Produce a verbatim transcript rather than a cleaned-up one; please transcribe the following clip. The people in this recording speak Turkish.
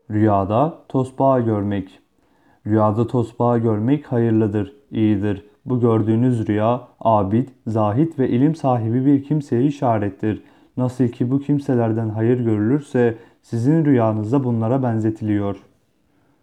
Rüyada tosbağa görmek. Rüyada tosbağa görmek hayırlıdır, iyidir. Bu gördüğünüz rüya abid, zahit ve ilim sahibi bir kimseye işarettir. Nasıl ki bu kimselerden hayır görülürse sizin rüyanızda bunlara benzetiliyor.